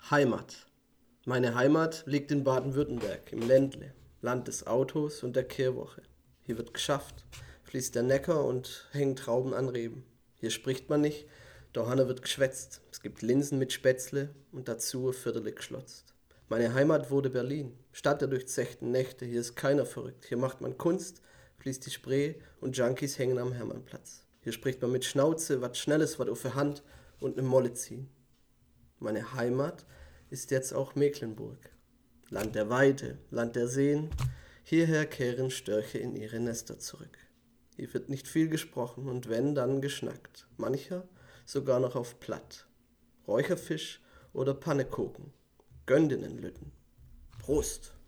Heimat. Meine Heimat liegt in Baden-Württemberg, im Ländle, Land des Autos und der Kehrwoche. Hier wird geschafft, fließt der Neckar und hängen Trauben an Reben. Hier spricht man nicht, doch Hanna wird geschwätzt. Es gibt Linsen mit Spätzle und dazu ein Viertel geschlotzt. Meine Heimat wurde Berlin, Stadt der durchzechten Nächte. Hier ist keiner verrückt, hier macht man Kunst, fließt die Spree und Junkies hängen am Hermannplatz. Hier spricht man mit Schnauze, wat Schnelles, wat auf der Hand und ne Molle ziehen. Meine Heimat ist jetzt auch Mecklenburg. Land der Weide, Land der Seen, hierher kehren Störche in ihre Nester zurück. Hier wird nicht viel gesprochen und wenn, dann geschnackt. Mancher sogar noch auf Platt. Räucherfisch oder Pannekoken, Göndinnenlütten. Prost!